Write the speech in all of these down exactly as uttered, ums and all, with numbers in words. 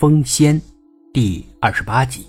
风仙第二十八集。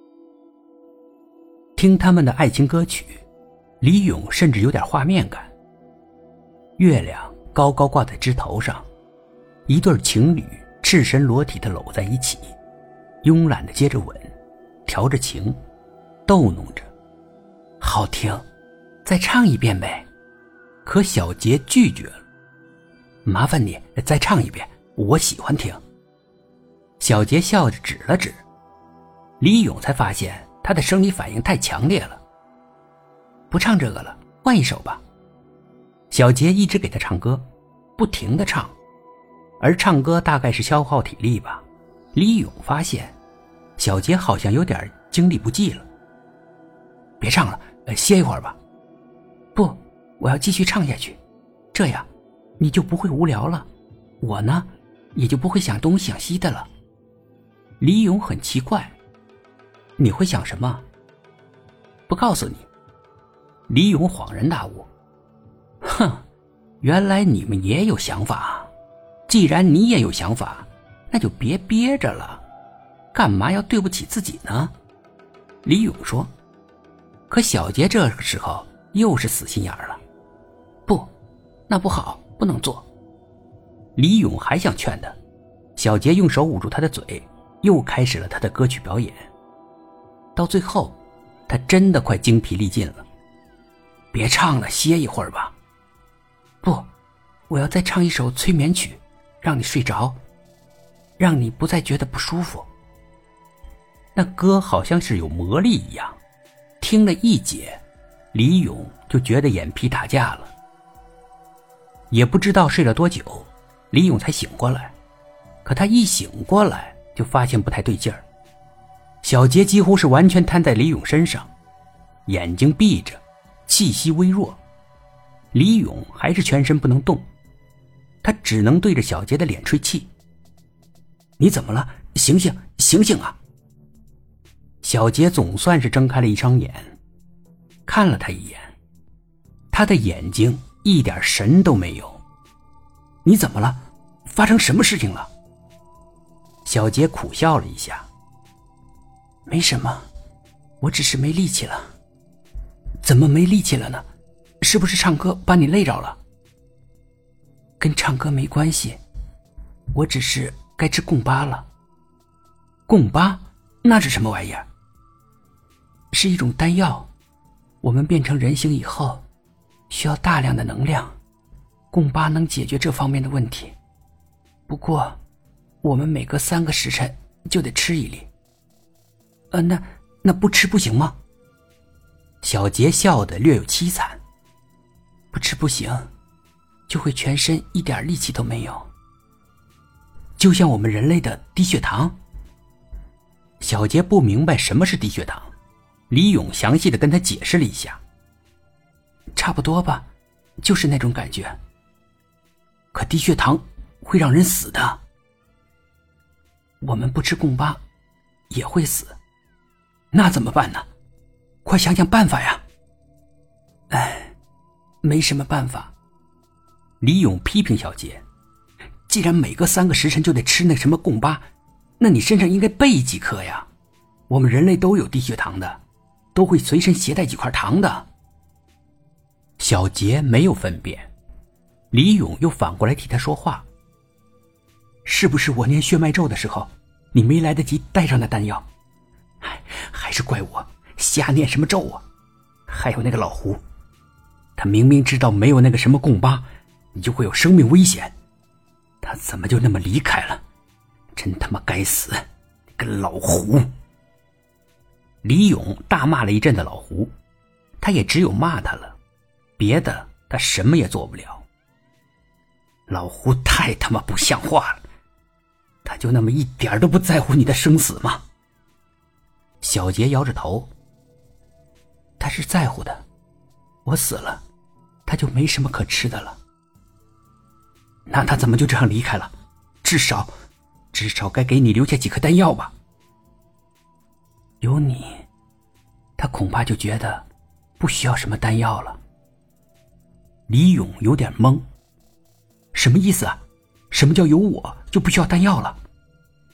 听他们的爱情歌曲，李勇甚至有点画面感。月亮高高挂在枝头上，一对情侣赤身裸体地搂在一起，慵懒地接着吻，调着情，逗弄着。好听，再唱一遍呗。可小杰拒绝了。麻烦你再唱一遍，我喜欢听。小杰笑着指了指，李勇才发现他的生理反应太强烈了。不唱这个了，换一首吧。小杰一直给他唱歌，不停地唱，而唱歌大概是消耗体力吧。李勇发现小杰好像有点精力不济了。别唱了，歇一会儿吧。不，我要继续唱下去，这样你就不会无聊了，我呢也就不会想东想西的了。李勇很奇怪，你会想什么？不告诉你。李勇恍然大悟，哼，原来你们也有想法。既然你也有想法，那就别憋着了，干嘛要对不起自己呢？李勇说。可小杰这个时候又是死心眼了，不，那不好，不能做。李勇还想劝他，小杰用手捂住他的嘴，又开始了他的歌曲表演。到最后他真的快精疲力尽了。别唱了，歇一会儿吧。不，我要再唱一首催眠曲，让你睡着，让你不再觉得不舒服。那歌好像是有魔力一样，听了一节，李勇就觉得眼皮打架了。也不知道睡了多久，李勇才醒过来。可他一醒过来就发现不太对劲儿。小杰几乎是完全瘫在李勇身上，眼睛闭着，气息微弱。李勇还是全身不能动，他只能对着小杰的脸吹气。你怎么了？醒醒，醒醒啊！小杰总算是睁开了一双眼，看了他一眼，他的眼睛一点神都没有。你怎么了？发生什么事情了？小杰苦笑了一下。没什么，我只是没力气了。怎么没力气了呢？是不是唱歌把你累着了？跟唱歌没关系，我只是该吃贡巴了。贡巴？那是什么玩意儿？是一种丹药，我们变成人形以后需要大量的能量，贡巴能解决这方面的问题。不过我们每隔三个时辰就得吃一粒。呃，那那不吃不行吗？小杰笑得略有凄惨。不吃不行，就会全身一点力气都没有，就像我们人类的低血糖。小杰不明白什么是低血糖，李勇详细的跟他解释了一下。差不多吧，就是那种感觉。可低血糖会让人死的。我们不吃贡巴也会死，那怎么办呢？快想想办法呀！哎，没什么办法。李勇批评小杰，既然每隔三个时辰就得吃那什么贡巴，那你身上应该备几颗呀？我们人类都有低血糖的，都会随身携带几块糖的。小杰没有分辨，李勇又反过来替他说话。是不是我念血脉咒的时候，你没来得及带上那丹药？哎，还是怪我瞎念什么咒啊！还有那个老胡，他明明知道没有那个什么贡巴，你就会有生命危险，他怎么就那么离开了？真他妈该死，那个老胡！李勇大骂了一阵的老胡，他也只有骂他了，别的他什么也做不了。老胡太他妈不像话了，他就那么一点都不在乎你的生死吗？小杰摇着头，他是在乎的，我死了，他就没什么可吃的了。那他怎么就这样离开了？至少至少该给你留下几颗丹药吧。有你，他恐怕就觉得不需要什么丹药了。李勇有点懵，什么意思啊？什么叫有我就不需要丹药了？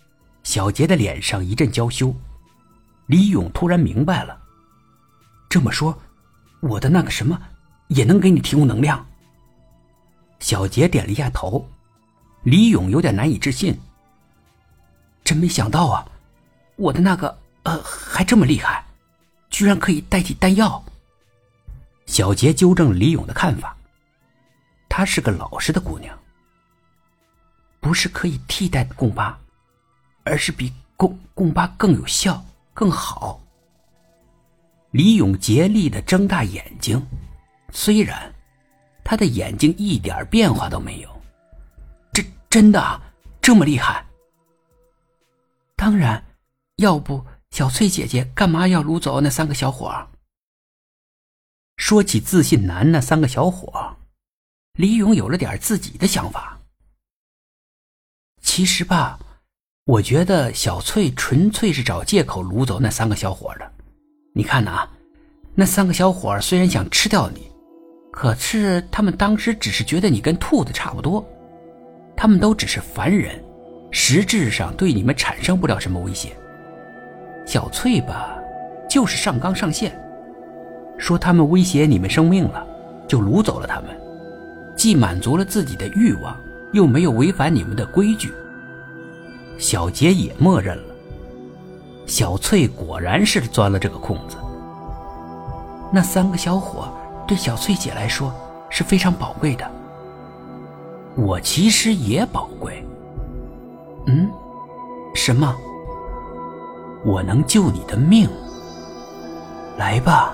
小杰的脸上一阵娇羞，李勇突然明白了，这么说，我的那个什么也能给你提供能量？小杰点了一下头，李勇有点难以置信，真没想到啊，我的那个呃还这么厉害，居然可以代替丹药。小杰纠正李勇的看法，她是个老实的姑娘，不是可以替代贡巴，而是比贡贡巴更有效更好。李勇竭力地睁大眼睛，虽然他的眼睛一点变化都没有。这真的这么厉害？当然，要不小翠姐姐干嘛要掳走那三个小伙？说起自信男那三个小伙，李勇有了点自己的想法。其实吧，我觉得小翠纯粹是找借口掳走那三个小伙的。你看啊，那三个小伙虽然想吃掉你，可是他们当时只是觉得你跟兔子差不多，他们都只是凡人，实质上对你们产生不了什么威胁。小翠吧，就是上纲上线，说他们威胁你们生命了，就掳走了他们，既满足了自己的欲望，又没有违反你们的规矩。小杰也默认了，小翠果然是钻了这个空子。那三个小伙对小翠姐来说是非常宝贵的，我其实也宝贵。嗯？什么？我能救你的命。来吧。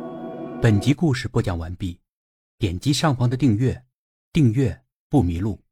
本集故事播讲完毕，点击上方的订阅，订阅不迷路。